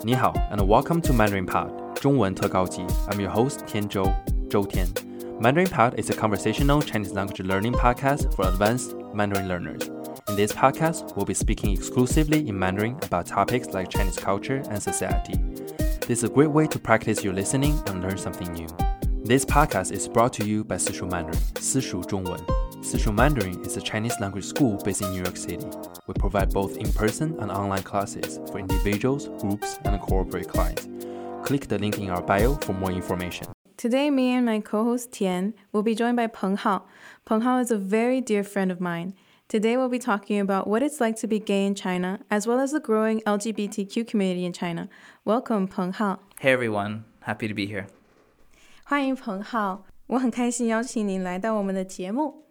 你好 and welcome to Mandarin Pod 中文特高级 I'm your host 天周 周天 Mandarin Pod is a conversational Chinese language learning podcast for advanced Mandarin learners. In this podcast, we'll be speaking exclusively in Mandarin about topics like Chinese culture and society. This is a great way to practice your listening and learn something new. This podcast is brought to you by Sishu Mandarin, 私塾中文 Sishu Mandarin is a Chinese language school based in New York City. We provide both in-person and online classes for individuals, groups, and corporate clients. Click the link in our bio for more information. Today, me and my co-host Tian will be joined by Peng Hao. Peng Hao is a very dear friend of mine. Today, we'll be talking about what it's like to be gay in China, as well as the growing LGBTQ community in China. Welcome, Peng Hao. Hey everyone, happy to be here. 欢迎彭浩，我很开心邀请您来到我们的节目。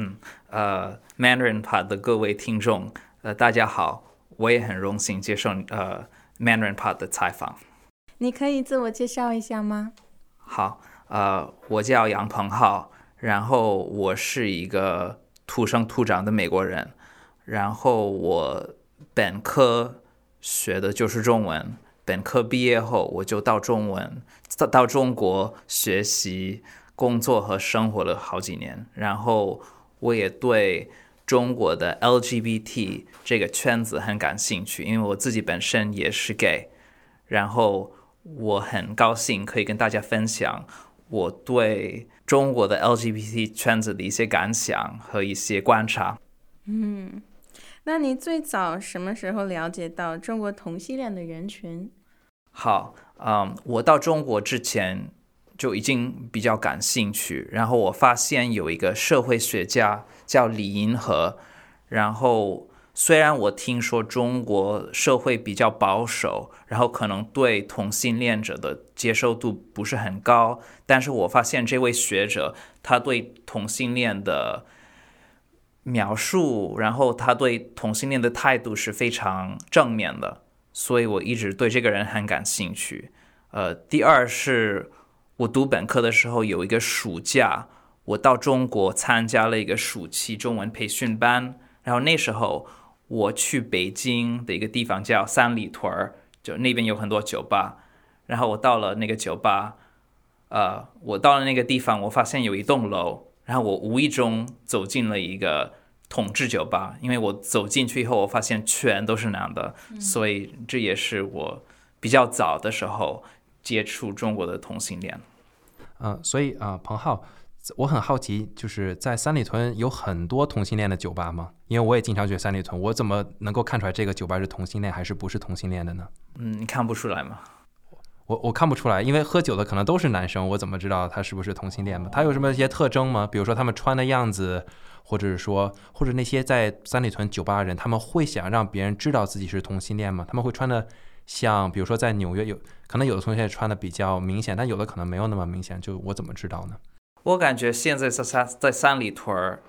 Mandarin Pod 的各位听众，大家好，我也很荣幸接受Mandarin Pod 的采访。 你可以自我介绍一下吗？ 好，我叫杨彭浩，然后我是一个土生土长的美国人，然后我本科学的就是中文，本科毕业后我就到中国学习、工作和生活了好几年，然后我也对中国的 LGBT 这个圈子很感兴趣，因为我自己本身也是 gay， 然后我很高兴可以跟大家分享我对中国的 LGBT 圈子的一些感想和一些观察。 那你最早什么时候了解到中国同性恋的人群？ 好，我到中国之前就已经比较感兴趣，然后我发现有一个社会学家叫李银河，然后虽然我听说中国社会比较保守，然后可能对同性恋者的接受度不是很高，但是我发现这位学者他对同性恋的描述，然后他对同性恋的态度是非常正面的，所以我一直对这个人很感兴趣。第二是我读本科的时候有一个暑假，我到中国参加了一个暑期中文培训班，然后那时候我去北京的一个地方叫三里屯，就那边有很多酒吧，然后我到了那个酒吧，我到了那个地方，我发现有一栋楼，然后我无意中走进了一个统治酒吧，因为我走进去以后，我发现全都是男的，所以这也是我比较早的时候接触中国的同性恋。 所以彭浩，我很好奇，就是在三里屯有很多同性恋的酒吧吗？因为我也经常去三里屯，我怎么能够看出来这个酒吧是同性恋还是不是同性恋的呢？你看不出来吗？ 我看不出来，因为喝酒的可能都是男生，我怎么知道他是不是同性恋吗？他有什么一些特征吗？比如说他们穿的样子，或者那些在三里屯酒吧的人，他们会想让别人知道自己是同性恋吗？他们会穿的像，比如说在纽约可能有的同性恋穿的比较明显，但有的可能没有那么明显，就我怎么知道呢？ 我感觉现在在三里屯，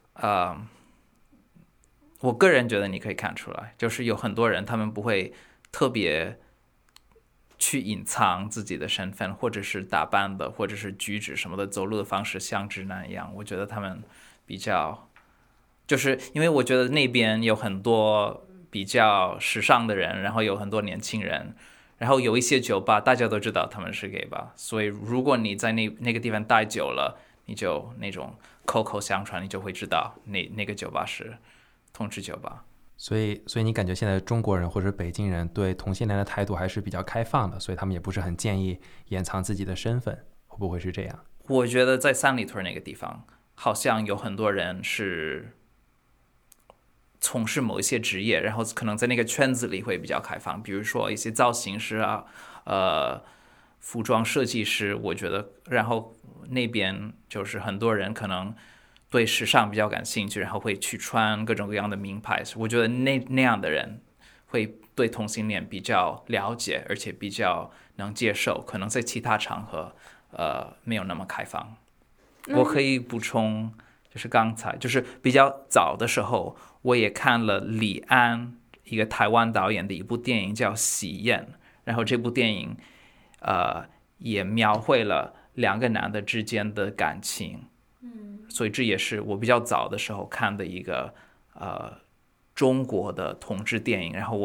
我个人觉得你可以看出来，就是有很多人他们不会特别去隐藏自己的身份，或者是打扮的，或者是举止什么的，走路的方式像直男一样。我觉得他们比较，就是因为我觉得那边有很多比较时尚的人，然后有很多年轻人，然后有一些酒吧大家都知道他们是 gay 吧，所以如果你在那个地方待久了，你就那种口口相传，你就会知道那个酒吧是同志酒吧。 所以你感觉现在中国人或者北京人对同性恋的态度还是比较开放的，所以他们也不是很建议掩藏自己的身份，会不会是这样？ 我觉得在三里屯那个地方好像有很多人是从事某一些职业，然后可能在那个圈子里会比较开放，比如说一些造型师啊，服装设计师，我觉得，然后那边就是很多人可能对时尚比较感兴趣，然后会去穿各种各样的名牌，我觉得那样的人会对同性恋比较了解，而且比较能接受，可能在其他场合没有那么开放。我可以补充，就是刚才就是比较早的时候，我也看了李安一个台湾导演的一部电影叫《喜宴》，然后这部电影也描绘了两个男的之间的感情，所以这也是我比较早的时候看的一个中国的同志电影，然后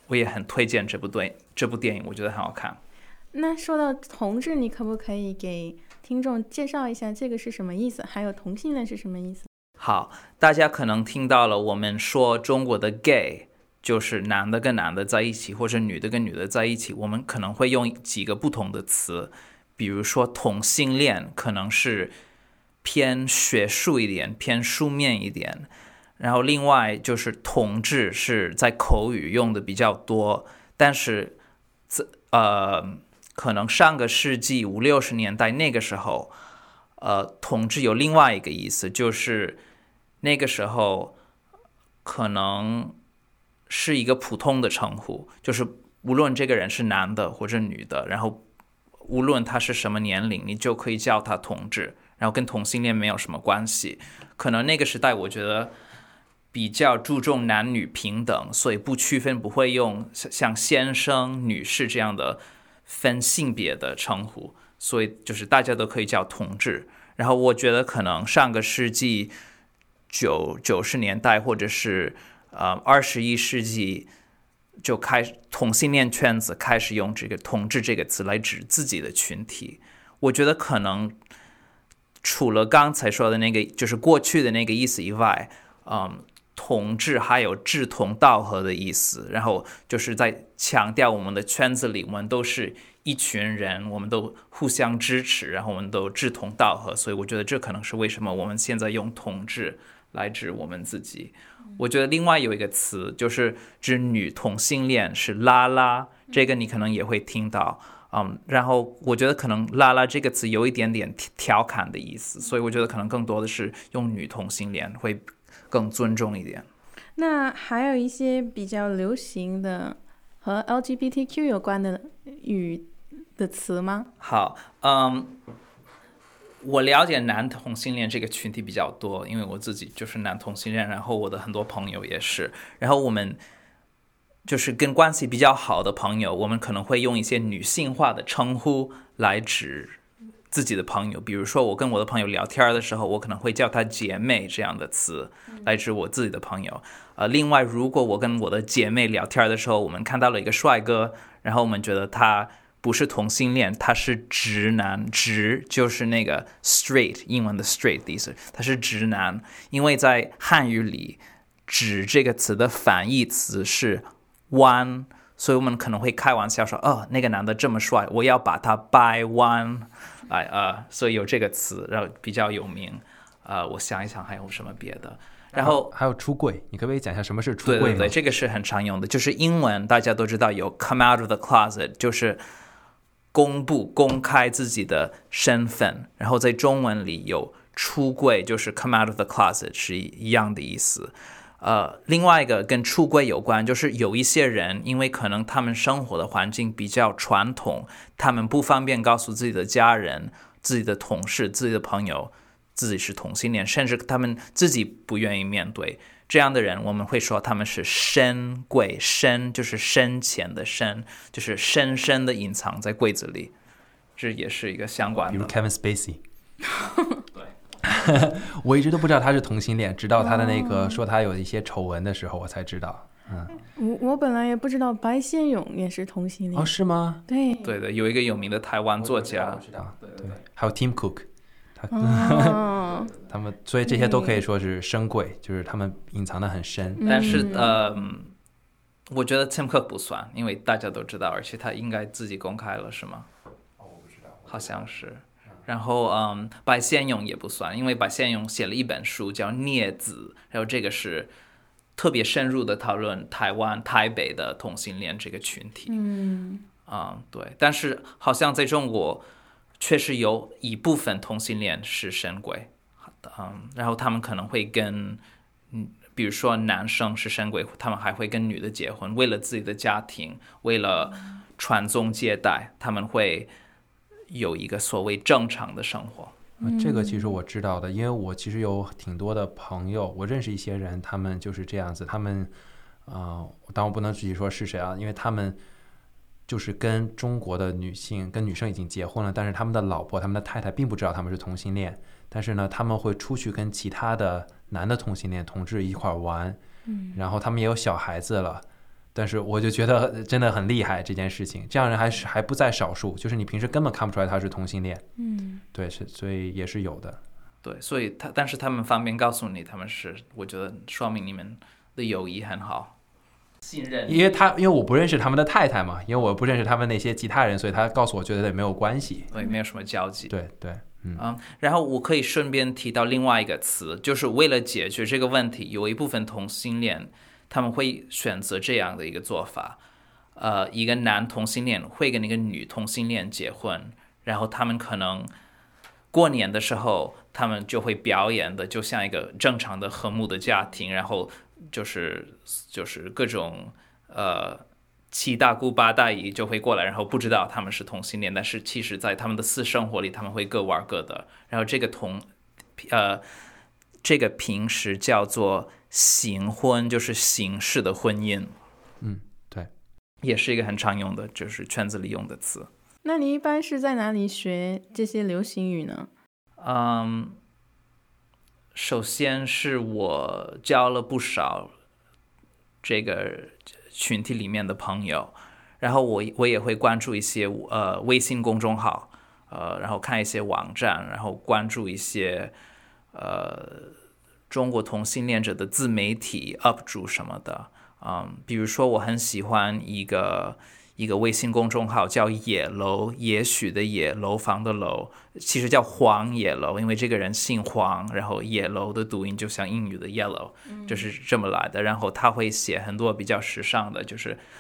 我也很推荐这部电影，我觉得很好看。 那说到同志，你可不可以给听众介绍一下这个是什么意思，还有同性恋是什么意思？ 好，大家可能听到了我们说中国的 gay 就是男的跟男的在一起，或者女的跟女的在一起，我们可能会用几个不同的词，比如说同性恋可能是偏学术一点，偏书面一点，然后另外就是同志是在口语用的比较多，但是可能上个世纪50-60年代那个时候，同志有另外一个意思，就是那个时候可能是一个普通的称呼，就是无论这个人是男的或者女的，然后无论他是什么年龄，你就可以叫他同志，然后跟同性恋没有什么关系。可能那个时代我觉得比较注重男女平等，所以不区分，不会用像先生、女士这样的分性别的称呼，所以就是大家都可以叫同志。然后我觉得可能上个世纪90年代或者是21世纪就同性恋圈子开始用这个同志这个词来指自己的群体。我觉得可能除了刚才说的那个就是过去的那个意思以外，同志还有志同道合的意思，然后就是在强调我们的圈子里我们都是一群人，我们都互相支持，然后我们都志同道合，所以我觉得这可能是为什么我们现在用同志来指我们自己。我觉得另外有一个词就是指女同性恋是拉拉，这个你可能也会听到，然后我觉得可能拉拉这个词有一点点调侃的意思，所以我觉得可能更多的是用女同性恋会更尊重一点。 那还有一些比较流行的和 LGBTQ 有关的语的词吗？ 好，我了解男同性恋这个群体比较多，因为我自己就是男同性恋，然后我的很多朋友也是，然后我们就是跟关系比较好的朋友，我们可能会用一些女性化的称呼来指自己的朋友，比如说我跟我的朋友聊天的时候，我可能会叫她姐妹这样的词来指我自己的朋友。另外如果我跟我的姐妹聊天的时候，我们看到了一个帅哥，然后我们觉得他不是同性恋，他是直男，直就是那个 straight 英文的 straight 的意思，他是直男。因为在汉语里直这个词的反义词是弯，所以我们可能会开玩笑说，那个男的这么帅，我要把他掰弯来，所以有这个词，然后比较有名。我想一想还有什么别的。然后还有出柜，你可不可以讲一下什么是出柜吗？ 对对对，这个是很常用的，就是英文大家都知道有 come out of the closet， 就是公开自己的身份，然后在中文里有出柜，就是 come out of the closet 是一样的意思。另外一个跟出柜有关，就是有一些人因为可能他们生活的环境比较传统，他们不方便告诉自己的家人、自己的同事、自己的朋友自己是同性恋，甚至他们自己不愿意面对。这样的人我们会说他们是深柜，深就是深浅的深，就是深深的隐藏在柜子里，这也是一个相关的。 比如 Kevin Spacey 对我一直都不知道他是同性恋，直到他的那个说他有一些丑闻的时候我才知道。 我本来也不知道白先勇也是同性恋。 是吗？ 对对的，有一个有名的台湾作家， 我知道对，还有 Tim Cook，他们所以这些都可以说是深柜，就是他们隐藏的很深。 但是我觉得 Tim Cook 不算，因为大家都知道，而且他应该自己公开了，是吗？ 我不知道， 好像是。然后白先勇也不算，因为白先勇写了一本书叫《孽子》，然后这个是特别深入的讨论台北的同性恋这个群体。对，但是好像在中国确实有一部分同性恋是深柜，然后他们可能会跟比如说男生是深柜，他们还会跟女的结婚，为了自己的家庭，为了传宗接代，他们会有一个所谓正常的生活。 这个其实我知道的，因为我其实有挺多的朋友，我认识一些人，他们就是这样子，他们当我不能具体说是谁啊，因为他们就是跟中国的女生已经结婚了，但是他们的老婆他们的太太并不知道他们是同性恋，但是呢他们会出去跟其他的男的同性恋同志一块玩，然后他们也有小孩子了， 但是我就觉得真的很厉害这件事情，这样人还不在少数，就是你平时根本看不出来他是同性恋。对，所以也是有的。 对，所以但是他们方便告诉你他们是，我觉得说明你们的友谊很好，信任。 因为我不认识他们的太太嘛，因为我不认识他们那些其他人，所以他告诉我觉得也没有关系。 对，没有什么交集。 对。 然后我可以顺便提到另外一个词，就是为了解决这个问题，有一部分同性恋他们会选择这样的一个做法，一个男同性恋会跟一个女同性恋结婚，然后他们可能过年的时候他们就会表演的就像一个正常的和睦的家庭，然后就是各种七大姑八大姨就会过来，然后不知道他们是同性恋，但是其实在他们的私生活里他们会各玩各的，然后这个平时叫做形婚，就是形式的婚姻。 对， 也是一个很常用的，就是圈子里用的词。 那你一般是在哪里学这些流行语呢？ 首先是我交了不少这个群体里面的朋友，然后我也会关注一些微信公众号，然后看一些网站，然后关注一些中国同性恋者的自媒体 UP 主什么的。比如说我很喜欢一个微信公众号叫野楼，也许的野，楼房的楼，其实叫黄野楼，因为这个人姓黄，然后野楼的读音就像英语的 yellow，就是这么来的。然后他会写很多比较时尚的，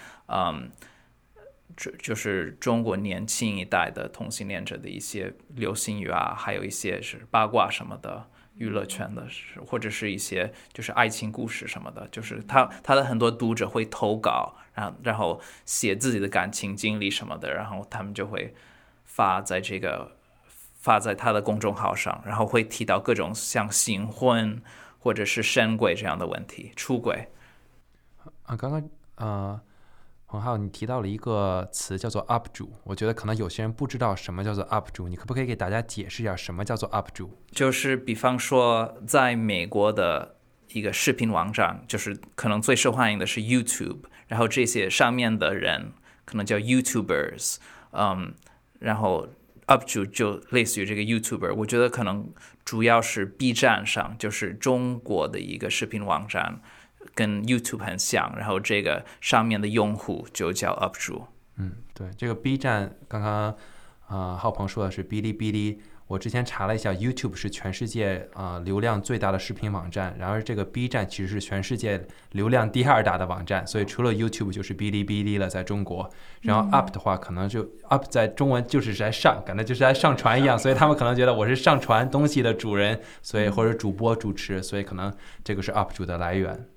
就是中国年轻一代的同性恋者的一些流行语啊，还有一些是八卦什么的，娱乐圈的，或者是一些就是爱情故事什么的，就是他的很多读者会投稿，然后写自己的感情经历什么的，然后他们就会发在他的公众号上，然后会提到各种像形婚或者是深轨这样的问题，出轨。 刚刚彭浩，你提到了一个词叫做 UP 主，我觉得可能有些人不知道什么叫做 UP 主，你可不可以给大家解释一下什么叫做 UP 主？ 就是比方说在美国的一个视频网站，就是可能最受欢迎的是 YouTube， 然后这些上面的人可能叫 YouTubers，然后 UP 主就类似于这个 YouTuber， 我觉得可能主要是 B 站上，就是中国的一个视频网站，跟 YouTube 很像，然后这个上面的用户就叫 UP 主。 对，这个 B 站刚刚浩鹏说的是哔哩哔哩，我之前查了一下 YouTube 是全世界流量最大的视频网站，然而这个 B 站其实是全世界流量第2大的网站，所以除了 YouTube 就是哔哩哔哩了，在中国。然后 UP 的话可能就 UP 在中文就是在上，感觉就是在上传一样，所以他们可能觉得我是上传东西的主人，所以或者主播主持，所以可能这个是 UP 主的来源。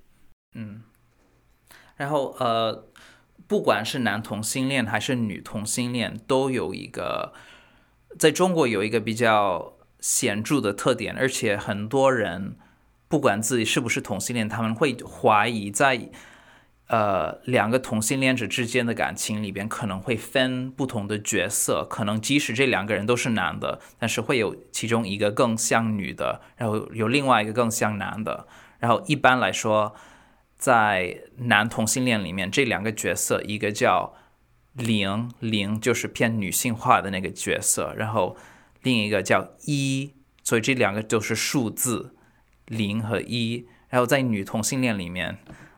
然后不管是男同性恋还是女同性恋，都有一个在中国有一个比较显著的特点，而且很多人不管自己是不是同性恋，他们会怀疑在两个同性恋者之间的感情里边可能会分不同的角色，可能即使这2个人都是男的，但是会有其中一个更像女的，然后有另外一个更像男的。然后一般来说在男同性恋里面，这2个角色，一个叫零，就是偏女性化的那个角色，然后另一个叫一，所以这2个都是数字0和1。然后在女同性恋里面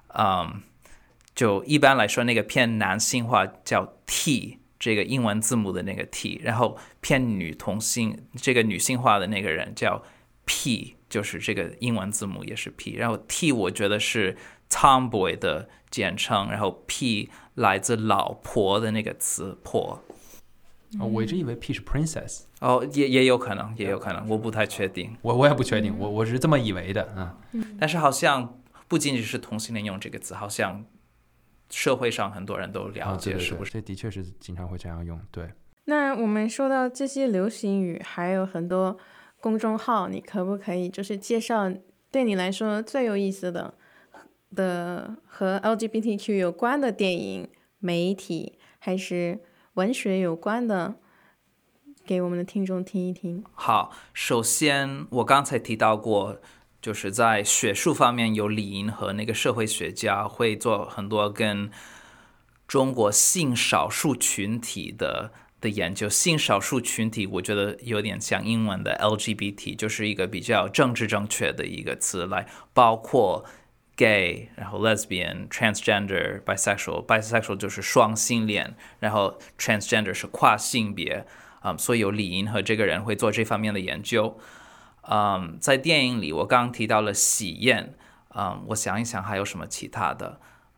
就一般来说那个偏男性化叫 T， 这个英文字母的那个 T， 然后偏这个女性化的那个人叫 P， 就是这个英文字母也是 P， 然后 T 我觉得是 Tomboy 的简称，然后 P 来自老婆的那个词婆。 我一直以为 P 是 princess。 也有可能，我不太确定。 我也不确定，我是这么以为的。 但是好像不仅仅是同性恋用这个词，好像社会上很多人都了解，是不是？ 这的确是经常会这样用。对。 那我们说到这些流行语，还有很多公众号，你可不可以就是介绍对你来说最有意思的和 LGBTQ 有关的电影、媒体还是文学有关的，给我们的听众听一听？ 好，首先我刚才提到过就是在学术方面有李银河那个社会学家会做很多跟中国性少数群体的研究。性少数群体我觉得有点像英文的 LGBT， 就是一个比较政治正确的一个词，来包括 gay， 然后 lesbian， transgender， bisexual 就是双性恋，然后 transgender 是跨性别，所以有李银河这个人会做这方面的研究。在电影里我刚刚提到了喜宴，我想一想还有什么其他的。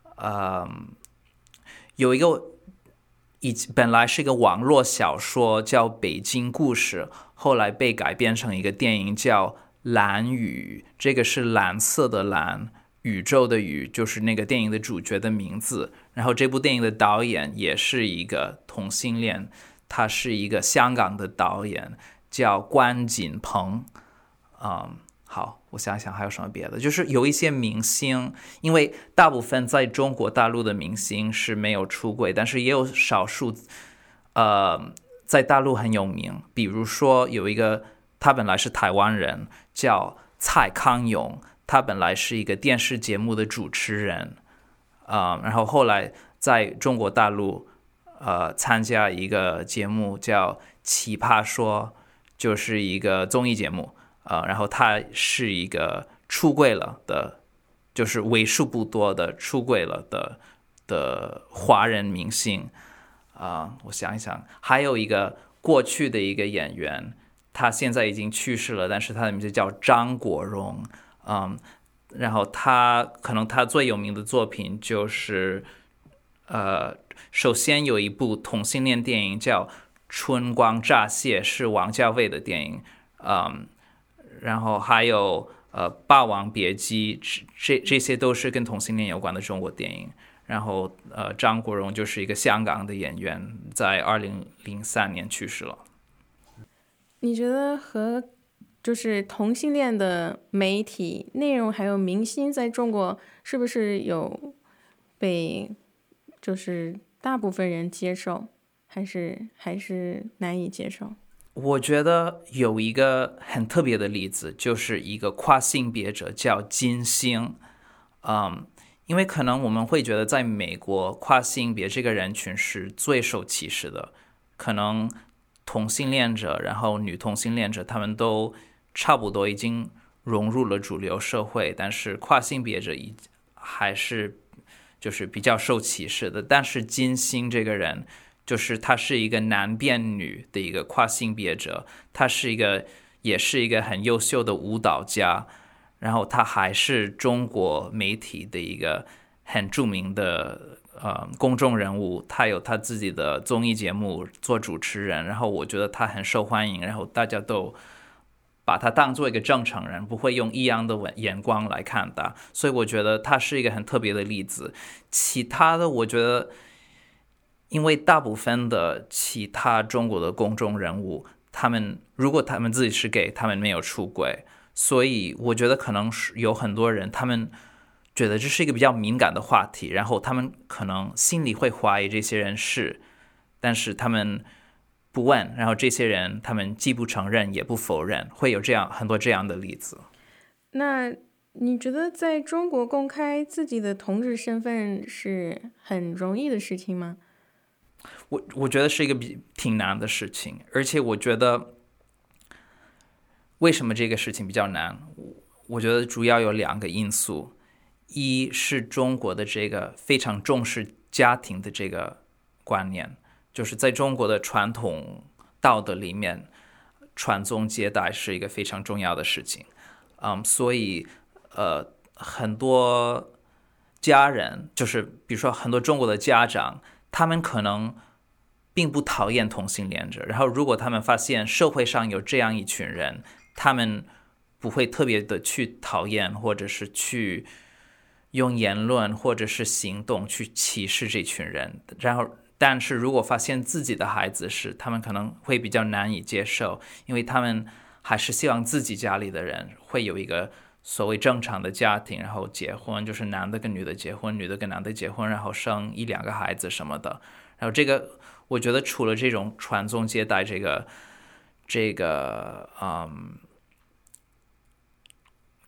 有一个本来是一个网络小说叫《北京故事》，后来被改编成一个电影叫《蓝宇》，这个是蓝色的蓝，宇宙的宇，就是那个电影的主角的名字。然后这部电影的导演也是一个同性恋，他是一个香港的导演，叫关锦鹏。好，我想想还有什么别的，就是有一些明星，因为大部分在中国大陆的明星是没有出柜，但是也有少数在大陆很有名，比如说有一个他本来是台湾人叫蔡康永，他本来是一个电视节目的主持人，然后后来在中国大陆参加一个节目叫奇葩说，就是一个综艺节目，然后他是一个出柜了的，就是为数不多的出柜了的华人明星。我想一想，还有一个过去的一个演员，他现在已经去世了，但是他的名字叫张国荣。然后可能他最有名的作品就是首先有一部同性恋电影叫《春光乍泄》，是王家卫的电影。然后还有霸王别姬，这些都是跟同性恋有关的中国电影。然后张国荣就是一个香港的演员，在2003年去世了。 你觉得和就是同性恋的媒体内容还有明星在中国是不是有被就是大部分人接受，还是难以接受？ 我觉得有一个很特别的例子，就是一个跨性别者叫金星。因为可能我们会觉得在美国跨性别这个人群是最受歧视的，可能同性恋者然后女同性恋者他们都差不多已经融入了主流社会，但是跨性别者还是就是比较受歧视的。但是金星这个人，就是他是一个男变女的一个跨性别者，他也是一个很优秀的舞蹈家，然后他还是中国媒体的一个很著名的公众人物，他有他自己的综艺节目做主持人，然后我觉得他很受欢迎，然后大家都把他当做一个正常人，不会用异样的眼光来看他，所以我觉得他是一个很特别的例子。其他的我觉得因为大部分的其他中国的公众人物，如果他们自己是 gay， 他们没有出轨，所以我觉得可能有很多人他们觉得这是一个比较敏感的话题，然后他们可能心里会怀疑这些人是，但是他们不问，然后这些人他们既不承认也不否认，会有很多这样的例子。 那你觉得在中国公开自己的同志身份是很容易的事情吗？ 我觉得是一个挺难的事情，而且我觉得为什么这个事情比较难，我觉得主要有2个因素。一是中国的这个非常重视家庭的这个观念，就是在中国的传统道德里面，传宗接代是一个非常重要的事情。所以很多家人，就是比如说很多中国的家长，他们可能并不讨厌同性恋者，然后如果他们发现社会上有这样一群人，他们不会特别的去讨厌，或者是去用言论或者是行动去歧视这群人。但是如果发现自己的孩子是，他们可能会比较难以接受，因为他们还是希望自己家里的人会有一个所谓正常的家庭，然后结婚，就是男的跟女的结婚，女的跟男的结婚，然后生1-2个孩子什么的。然后这个我觉得除了这种传宗接代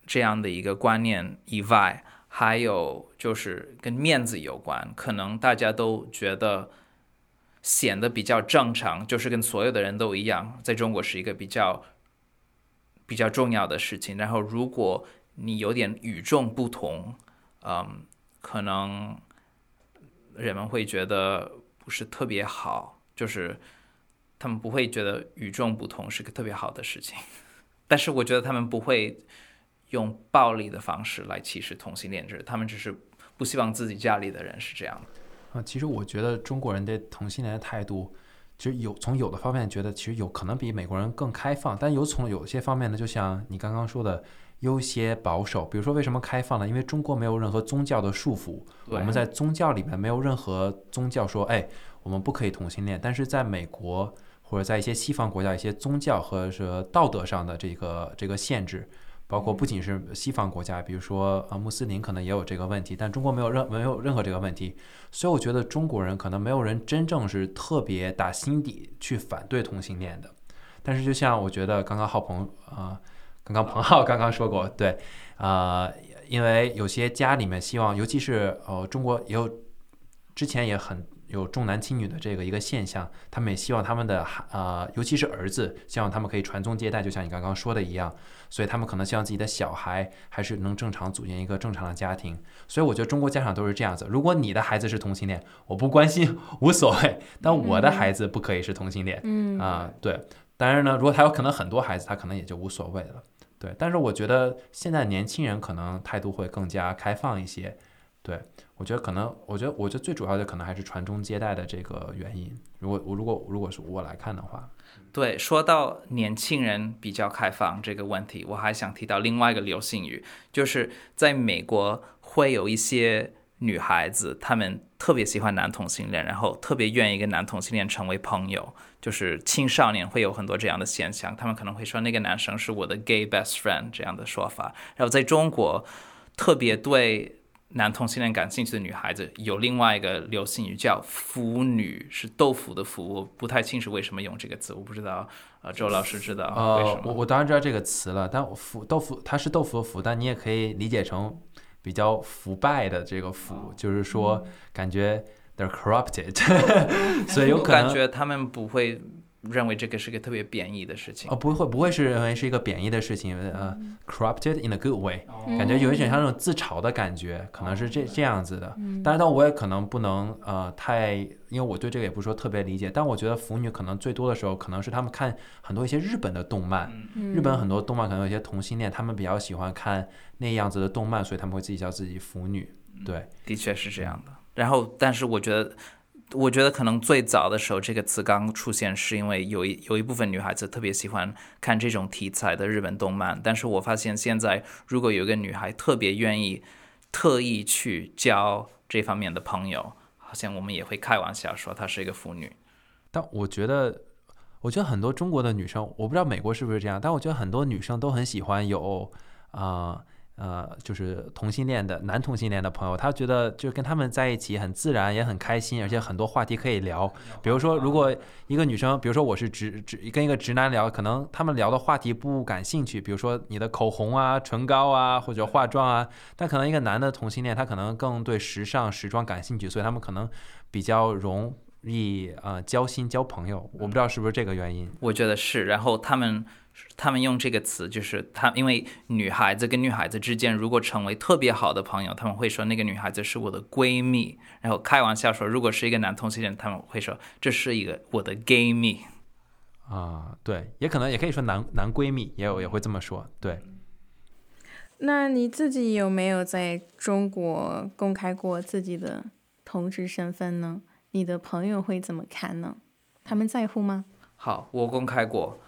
这样的一个观念以外，还有就是跟面子有关，可能大家都觉得显得比较正常，就是跟所有的人都一样，在中国是一个比较重要的事情。然后如果你有点与众不同，可能人们会觉得不是特别好，就是他们不会觉得与众不同是个特别好的事情。但是我觉得他们不会用暴力的方式来歧视同性恋者，他们只是不希望自己家里的人是这样的。 其实我觉得中国人对同性恋的态度，其实从有的方面觉得其实有可能比美国人更开放，但从有些方面呢，就像你刚刚说的，有些保守。比如说为什么开放呢？因为中国没有任何宗教的束缚，我们在宗教里面没有任何宗教说，我们不可以同性恋。但是在美国或者在一些西方国家，一些宗教和是道德上的这个限制，包括不仅是西方国家，比如说穆斯林可能也有这个问题，但中国没有任何这个问题。所以我觉得中国人可能没有人真正是特别打心底去反对同性恋的。但是就像我觉得刚刚彭浩刚刚说过，对，因为有些家里面希望，尤其是中国也有之前也很有重男轻女的这个一个现象，他们也希望他们的尤其是儿子，希望他们可以传宗接代，就像你刚刚说的一样，所以他们可能希望自己的小孩还是能正常组建一个正常的家庭。所以我觉得中国家长都是这样子，如果你的孩子是同性恋，我不关心无所谓，但我的孩子不可以是同性恋。对。当然呢，如果他有可能很多孩子，他可能也就无所谓了。对，但是我觉得现在年轻人可能态度会更加开放一些。对，我觉得最主要的可能还是传宗接代的这个原因。如果是我来看的话， 对，说到年轻人比较开放这个问题，我还想提到另外一个流行语，就是在美国会有一些女孩子，她们特别喜欢男同性恋，然后特别愿意跟男同性恋成为朋友。就是青少年会有很多这样的现象，他们可能会说那个男生是我的 gay best friend 这样的说法。然后在中国，特别对男同性恋感兴趣的女孩子有另外一个流行语叫腐女，是豆腐的腐，我不太清楚为什么用这个词，我不知道周老师知道为什么？ 我当然知道这个词了，但豆腐它是豆腐的腐，但你也可以理解成比较腐败的这个腐，就是说感觉they're corrupted 所以有可能感觉他们不会认为这个是个特别贬义的事情。 不会是认为是一个贬义的事情。corrupted in a good way，感觉有一点像那种自嘲的感觉，可能是这样子的。当然我也可能不能因为我对这个也不是说特别理解，但我觉得腐女可能最多的时候可能是他们看很多一些日本的动漫，日本很多动漫可能有一些同性恋，他们比较喜欢看那样子的动漫，所以他们会自己叫自己腐女。对， 的确是这样的。然后但是我觉得可能最早的时候这个词刚出现是因为有一部分女孩子特别喜欢看这种题材的日本动漫，但是我发现现在如果有一个女孩特别愿意特意去交这方面的朋友，好像我们也会开玩笑说她是一个腐女。 但我觉得很多中国的女生，我不知道美国是不是这样，但我觉得很多女生都很喜欢有就是男同性恋的朋友，他觉得就跟他们在一起很自然，也很开心，而且很多话题可以聊。比如说，如果一个女生，比如说我是跟一个直男聊，可能他们聊的话题不感兴趣，比如说你的口红啊、唇膏啊或者化妆啊，但可能一个男的同性恋，他可能更对时装感兴趣，所以他们可能比较容易交心交朋友。我不知道是不是这个原因。 我觉得是。然后他们用这个词，就是因为女孩子跟女孩子之间如果成为特别好的朋友，他们会说那个女孩子是我的闺蜜，然后开玩笑说如果是一个男同性恋，他们会说这是一个我的 gay 蜜。 对，也可以说男闺蜜，也会这么说。对。 那你自己有没有在中国公开过自己的同志身份呢？你的朋友会怎么看呢？他们在乎吗？ 好，我公开过，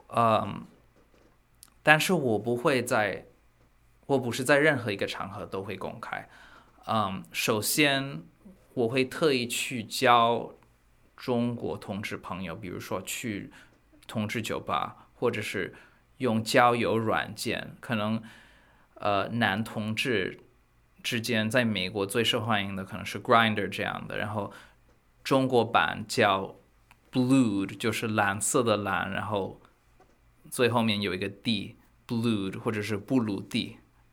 但是我不是在任何一个场合都会公开。首先我会特意去交中国同志朋友，比如说去同志酒吧，或者是用交友软件，可能男同志之间在美国最受欢迎的可能是 Grindr 这样的，然后中国版叫 Blued， 就是蓝色的蓝，然后最后面有一个 D， Blued 或者是布鲁蒂，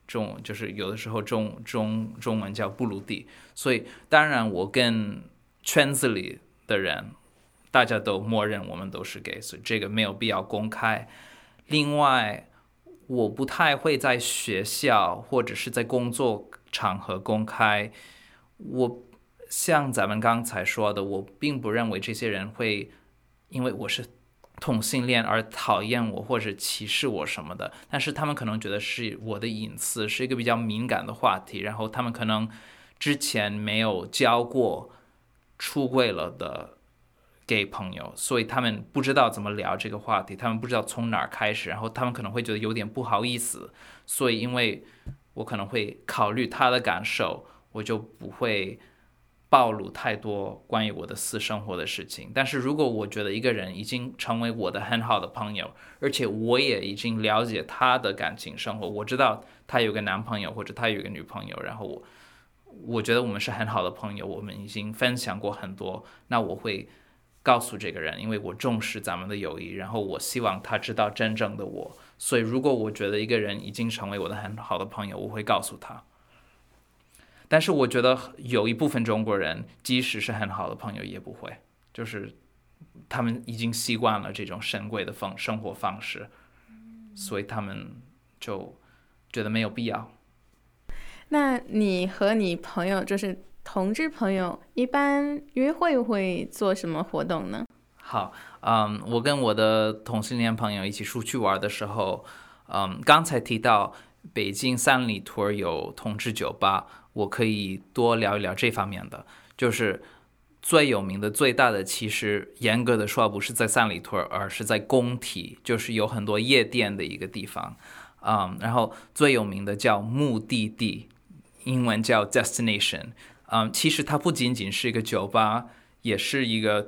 就是有的时候中文叫布鲁地。所以当然我跟圈子里的人大家都默认我们都是 gay， 所以这个没有必要公开。另外我不太会在学校或者是在工作场合公开。我像咱们刚才说的，我并不认为这些人会因为我是同性恋而讨厌我或者歧视我什么的，但是他们可能觉得是我的隐私，是一个比较敏感的话题，然后他们可能之前没有交过出柜了的 gay 朋友，所以他们不知道怎么聊这个话题，他们不知道从哪儿开始，然后他们可能会觉得有点不好意思，所以因为我可能会考虑他的感受，我就不会暴露太多关于我的私生活的事情。但是如果我觉得一个人已经成为我的很好的朋友，而且我也已经了解他的感情生活，我知道他有个男朋友或者他有个女朋友，然后我觉得我们是很好的朋友，我们已经分享过很多，那我会告诉这个人，因为我重视咱们的友谊，然后我希望他知道真正的我。所以如果我觉得一个人已经成为我的很好的朋友，我会告诉他。但是我觉得有一部分中国人即使是很好的朋友也不会，就是他们已经习惯了这种深贵的生活方式，所以他们就觉得没有必要。 那你和你朋友，就是同志朋友，一般约会会做什么活动呢？ 好，我跟我的同性恋朋友一起出去玩的时候，刚才提到北京三里屯有同志酒吧，我可以多聊一聊这方面的。就是最有名的、最大的，其实严格的说不是在三里屯，而是在工体，就是有很多夜店的一个地方。然后最有名的叫目的地，英文叫 destination。其实它不仅仅是一个酒吧，也是一个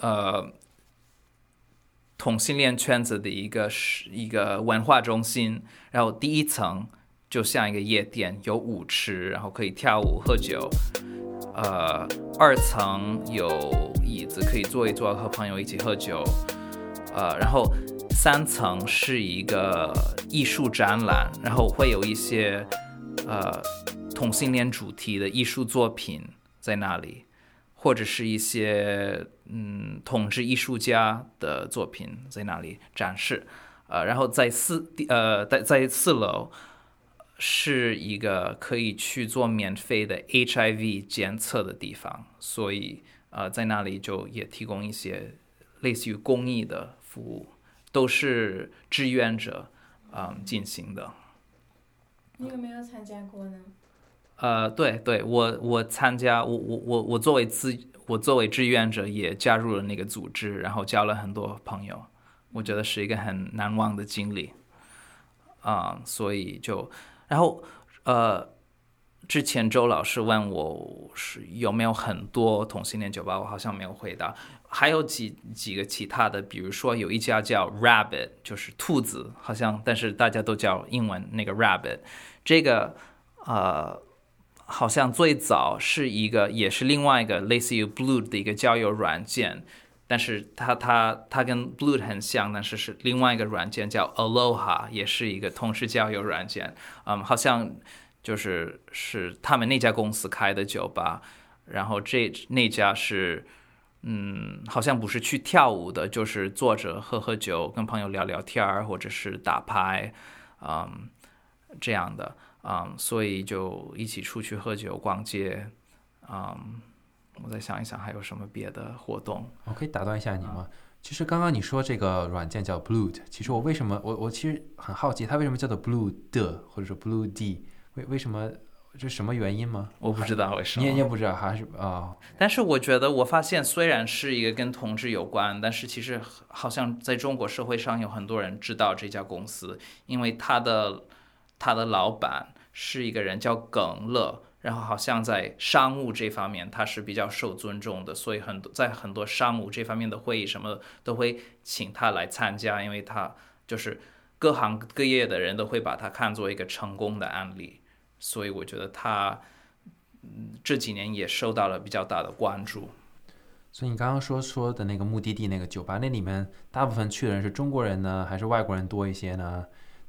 同性恋圈子的一个文化中心。然后第一层就像一个夜店，有舞池，然后可以跳舞喝酒。二层有椅子可以坐一坐，和朋友一起喝酒。然后三层是一个艺术展览，然后会有一些同性恋主题的艺术作品在那里，或者是一些同志艺术家的作品在那里展示。然后在四楼是一个可以去做免费的 HIV 检测的地方，所以在那里就也提供一些类似于公益的服务，都是志愿者进行的。 你有没有参加过呢？ 对，我参加，我作为志愿者也加入了那个组织，然后交了很多朋友，我觉得是一个很难忘的经历。所以就然后之前周老师问我是有没有很多同性恋酒吧，我好像没有回答。还有几个其他的，比如说有一家叫 Rabbit， 就是兔子，好像，但是大家都叫英文那个 Rabbit。这个好像最早是也是另外一个类似于 Blue 的一个交友软件，但是它跟 Blue 很像，但是是另外一个软件叫 Aloha， 也是一个同志交友软件。好像是他们那家公司开的酒吧，然后那家是好像不是去跳舞的，就是坐着喝酒，跟朋友聊聊天或者是打牌，这样的。所以就一起出去喝酒逛街。我再想一想还有什么别的活动。 我可以打断一下你吗？其实刚刚你说这个软件叫 Blue， 其实我其实很好奇，它为什么叫做 Blue 的，或者说 Blue D， 为什么？这是什么原因吗？ 我不知道为什么。 你也不知道，还是但是我觉得，我发现虽然是一个跟同志有关，但是其实好像在中国社会上有很多人知道这家公司，因为他的老板是一个人叫耿乐，然后好像在商务这方面他是比较受尊重的，所以在很多商务这方面的会议什么都会请他来参加，因为他就是各行各业的人都会把他看作一个成功的案例。所以我觉得他这几年也受到了比较大的关注。 所以你刚刚说的那个目的地那个酒吧，那里面大部分去的人是中国人呢，还是外国人多一些呢？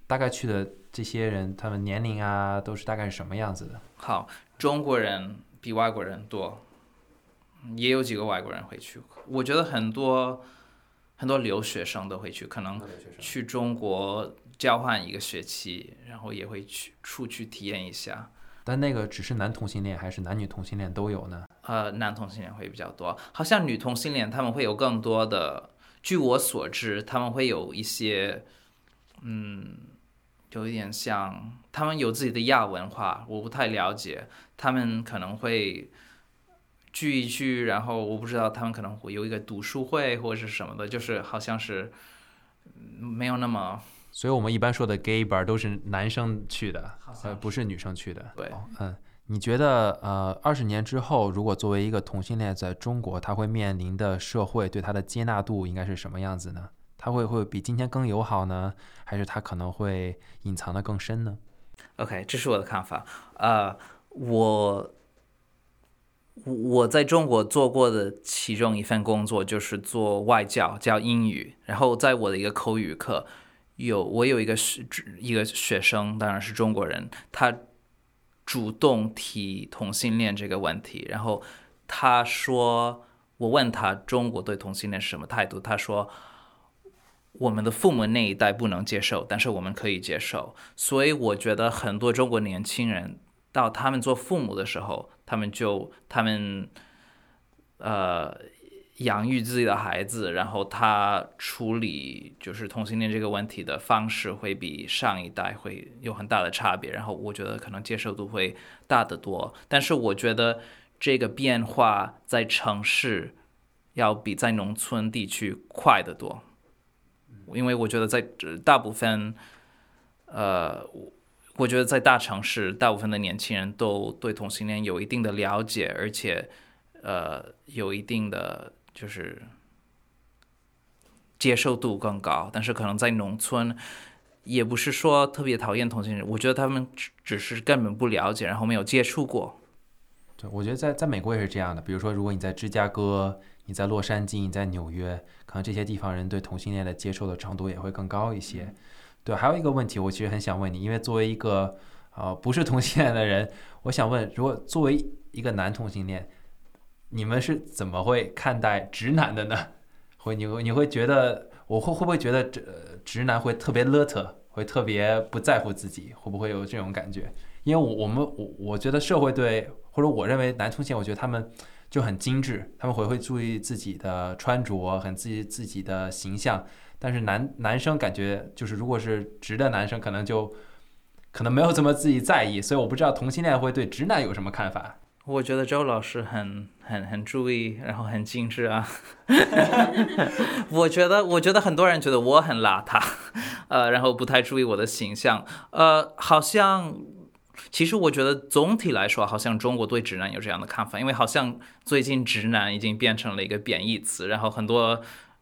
大概去的这些人，他们年龄啊都是大概是什么样子的？ 好，中国人比外国人多，也有几个外国人会去。我觉得很多留学生都会去，可能去中国交换1个学期，然后也会出去体验一下。 但那个只是男同性恋还是男女同性恋都有呢？ 男同性恋会比较多，好像女同性恋他们会有更多的。据我所知，他们会有一些，有一点像，他们有自己的亚文化，我不太了解。他们可能会聚一聚，然后我不知道他们可能会有一个读书会或者是什么的，就是好像是没有那么。 所以我们一般说的 gay bar 都是男生去的，不是女生去的。 对， 你觉得20年之后，如果作为一个同性恋在中国，他会面临的社会对他的接纳度应该是什么样子呢？他会比今天更友好呢，还是他可能会隐藏的更深呢？ OK， 这是我的看法。我在中国做过的其中一份工作就是做外教，教英语。然后在我的一个口语课，我有一个学生，当然是中国人，他主动提同性恋这个问题。然后他说，我问他中国对同性恋是什么态度，他说我们的父母那一代不能接受，但是我们可以接受。所以我觉得很多中国年轻人到他们做父母的时候，他们养育自己的孩子，然后他处理就是同性恋这个问题的方式会比上一代会有很大的差别，然后我觉得可能接受度会大得多。但是我觉得这个变化在城市要比在农村地区快得多，因为我觉得在大部分我觉得在大城市，大部分的年轻人都对同性恋有一定的了解，而且有一定的就是接受度更高。但是可能在农村，也不是说特别讨厌同性恋，我觉得他们只是根本不了解，然后没有接触过。 对，我觉得在美国也是这样的。比如说，如果你在芝加哥、你在洛杉矶、你在纽约，可能这些地方人对同性恋的接受的程度也会更高一些。对，还有一个问题，我其实很想问你，因为作为一个不是同性恋的人，我想问，如果作为一个男同性恋，你们是怎么会看待直男的呢？你会觉得会不会觉得直男会特别邋遢，会特别不在乎自己，会不会有这种感觉？因为我觉得社会对，或者我认为男同性，我觉得他们就很精致，他们会注意自己的穿着，很自己的形象。但是男生感觉就是，如果是直的男生，可能没有这么自己在意，所以我不知道同性恋会对直男有什么看法。 我觉得周老师很注意，然后很精致啊。我觉得很多人觉得我很邋遢，然后不太注意我的形象。好像其实我觉得总体来说，好像中国对直男有这样的看法，因为好像最近直男已经变成了一个贬义词，然后很多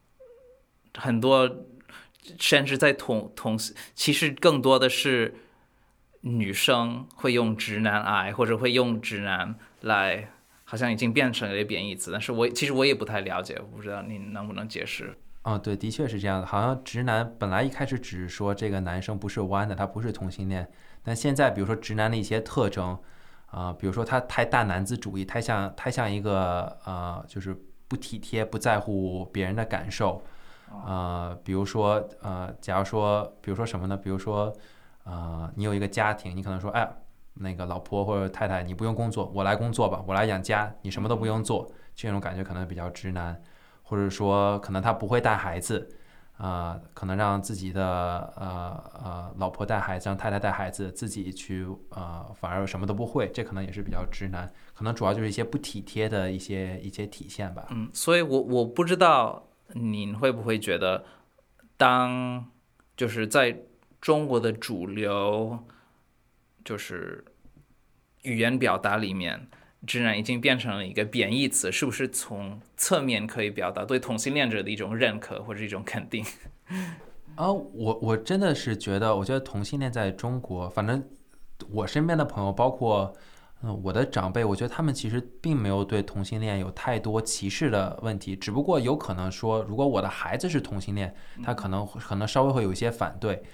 甚至在其实更多的是女生会用直男癌，或者会用直男来，好像已经变成了一个贬义词。但是其实我也不太了解，我不知道你能不能解释。 对，的确是这样的。好像直男本来一开始只是说这个男生不是弯的，他不是同性恋，但现在比如说直男的一些特征，比如说他太大男子主义，太像一个就是不体贴、不在乎别人的感受。比如说假如说，比如说什么呢？比如说你有一个家庭，你可能说，哎，那个老婆或者太太，你不用工作，我来工作吧，我来养家，你什么都不用做，这种感觉可能比较直男。或者说可能他不会带孩子，可能让自己的老婆带孩子，让太太带孩子，自己去反而什么都不会，这可能也是比较直男，可能主要就是一些不体贴的一些体现吧。 所以我不知道您会不会觉得，当就是在中国的主流就是语言表达里面，直男已经变成了一个贬义词，是不是从侧面可以表达对同性恋者的一种认可或者一种肯定？ 我真的是觉得，我觉得同性恋在中国，反正我身边的朋友，包括我的长辈，我觉得他们其实并没有对同性恋有太多歧视的问题，只不过有可能说，如果我的孩子是同性恋，他可能稍微会有一些反对。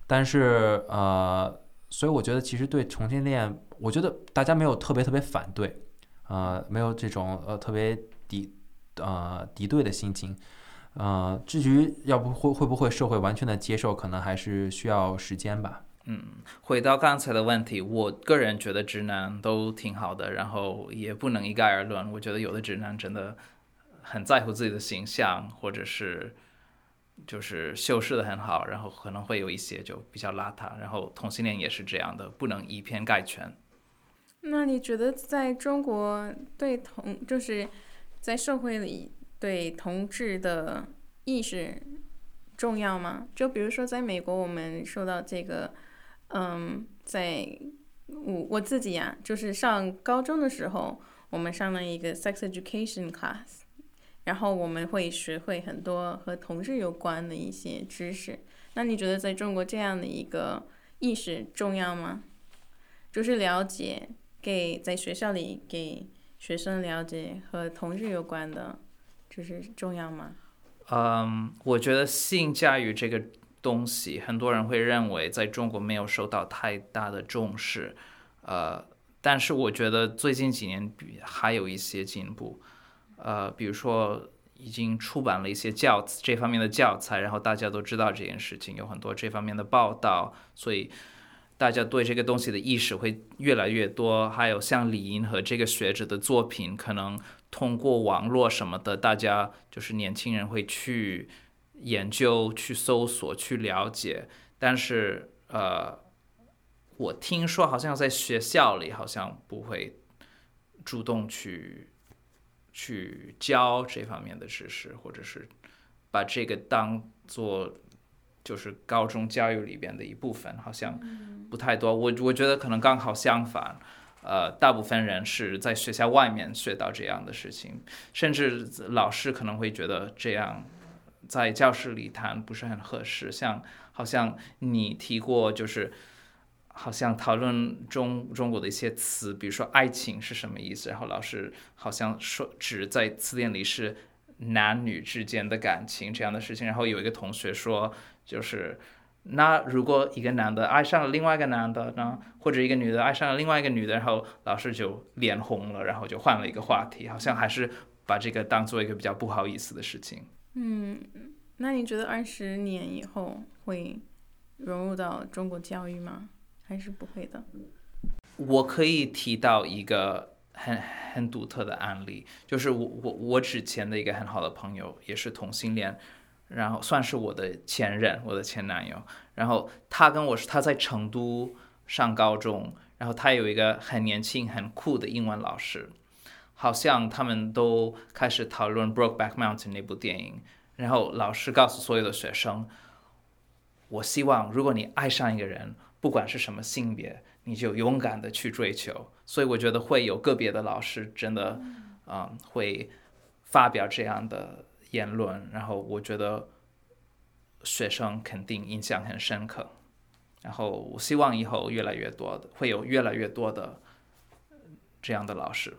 但是所以我觉得其实对同性恋，我觉得大家没有特别反对，没有这种特别敌对的心情。至于会不会社会完全的接受，可能还是需要时间吧。 回到刚才的问题，我个人觉得直男都挺好的，然后也不能一概而论。我觉得有的直男真的很在乎自己的形象，或者是就是修饰的很好，然后可能会有一些就比较邋遢，然后同性恋也是这样的，不能以偏概全。 那你觉得在中国就是在社会里对同志的意识重要吗？就比如说在美国，我们受到这个，在我自己呀，就是上高中的时候，我们上了一个 sex education class， 然后我们会学会很多和同志有关的一些知识。那你觉得在中国这样的一个意识重要吗？就是了解在学校里给学生了解和同志有关的，就是重要吗？ 我觉得性教育这个东西，很多人会认为在中国没有受到太大的重视，但是我觉得最近几年还有一些进步，比如说已经出版了一些这方面的教材，然后大家都知道这件事情，有很多这方面的报道，所以大家对这个东西的意识会越来越多。还有像李银河这个学者的作品，可能通过网络什么的，大家就是年轻人会去研究、去搜索、去了解。但是我听说好像在学校里好像不会主动去教这方面的知识，或者是把这个当做就是高中教育里边的一部分，好像不太多。我觉得可能刚好相反，大部分人是在学校外面学到这样的事情，甚至老师可能会觉得这样在教室里谈不是很合适。好像你提过，就是好像讨论中国的一些词，比如说爱情是什么意思，然后老师好像说指在词典里是男女之间的感情这样的事情。然后有一个同学说，就是那如果一个男的爱上了另外一个男的呢，或者一个女的爱上了另外一个女的，然后老师就脸红了，然后就换了一个话题，好像还是把这个当做一个比较不好意思的事情。 那你觉得20年以后会融入到中国教育吗？还是不会的？ 我可以提到一个很独特的案例，就是我之前的一个很好的朋友，也是同性恋，然后算是我的前任，我的前男友。然后他在成都上高中，然后他有一个很年轻很酷的英文老师，好像他们都开始讨论 Brokeback Mountain 那部电影，然后老师告诉所有的学生，我希望如果你爱上一个人，不管是什么性别，你就勇敢的去追求。所以我觉得会有个别的老师真的会发表这样的言论，然后我觉得学生肯定印象很深刻，然后我希望以后会有越来越多的这样的老师。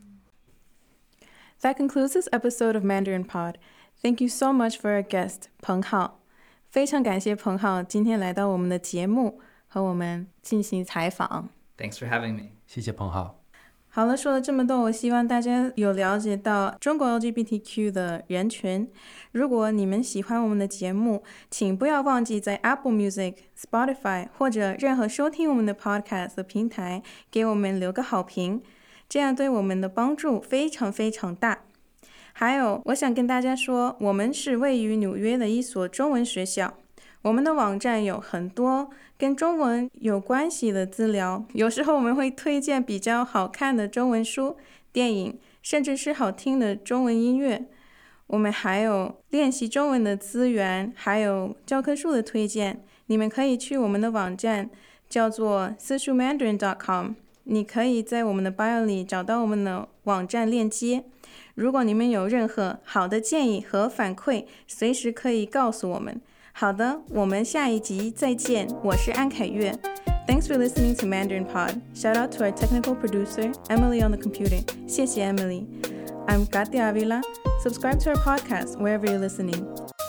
That concludes this episode of Mandarin Pod. Thank you so much for our guest, Peng Hao. 非常感谢彭浩今天来到我们的节目和我们进行采访。 Thanks for having me. 谢谢彭浩。 好了，说了这么多，我希望大家有了解到中国 LGBTQ 的人群。如果你们喜欢我们的节目，请不要忘记在 Apple Music、Spotify 或者任何收听我们的 Podcast 的平台给我们留个好评，这样对我们的帮助非常非常大。还有，我想跟大家说，我们是位于纽约的一所中文学校，我们的网站有很多跟中文有关系的资料，有时候我们会推荐比较好看的中文书、电影，甚至是好听的中文音乐。我们还有练习中文的资源，还有教科书的推荐。你们可以去我们的网站，叫做 sishumandarin.com， 你可以在我们的 bio 里找到我们的网站链接。如果你们有任何好的建议和反馈，随时可以告诉我们。好的，我们下一集再见。我是安凯月。Thanks for listening to Mandarin Pod. Shout out to our technical producer, Emily on the computer. 谢谢 Emily. I'm Katia Avila. Subscribe to our podcast wherever you're listening.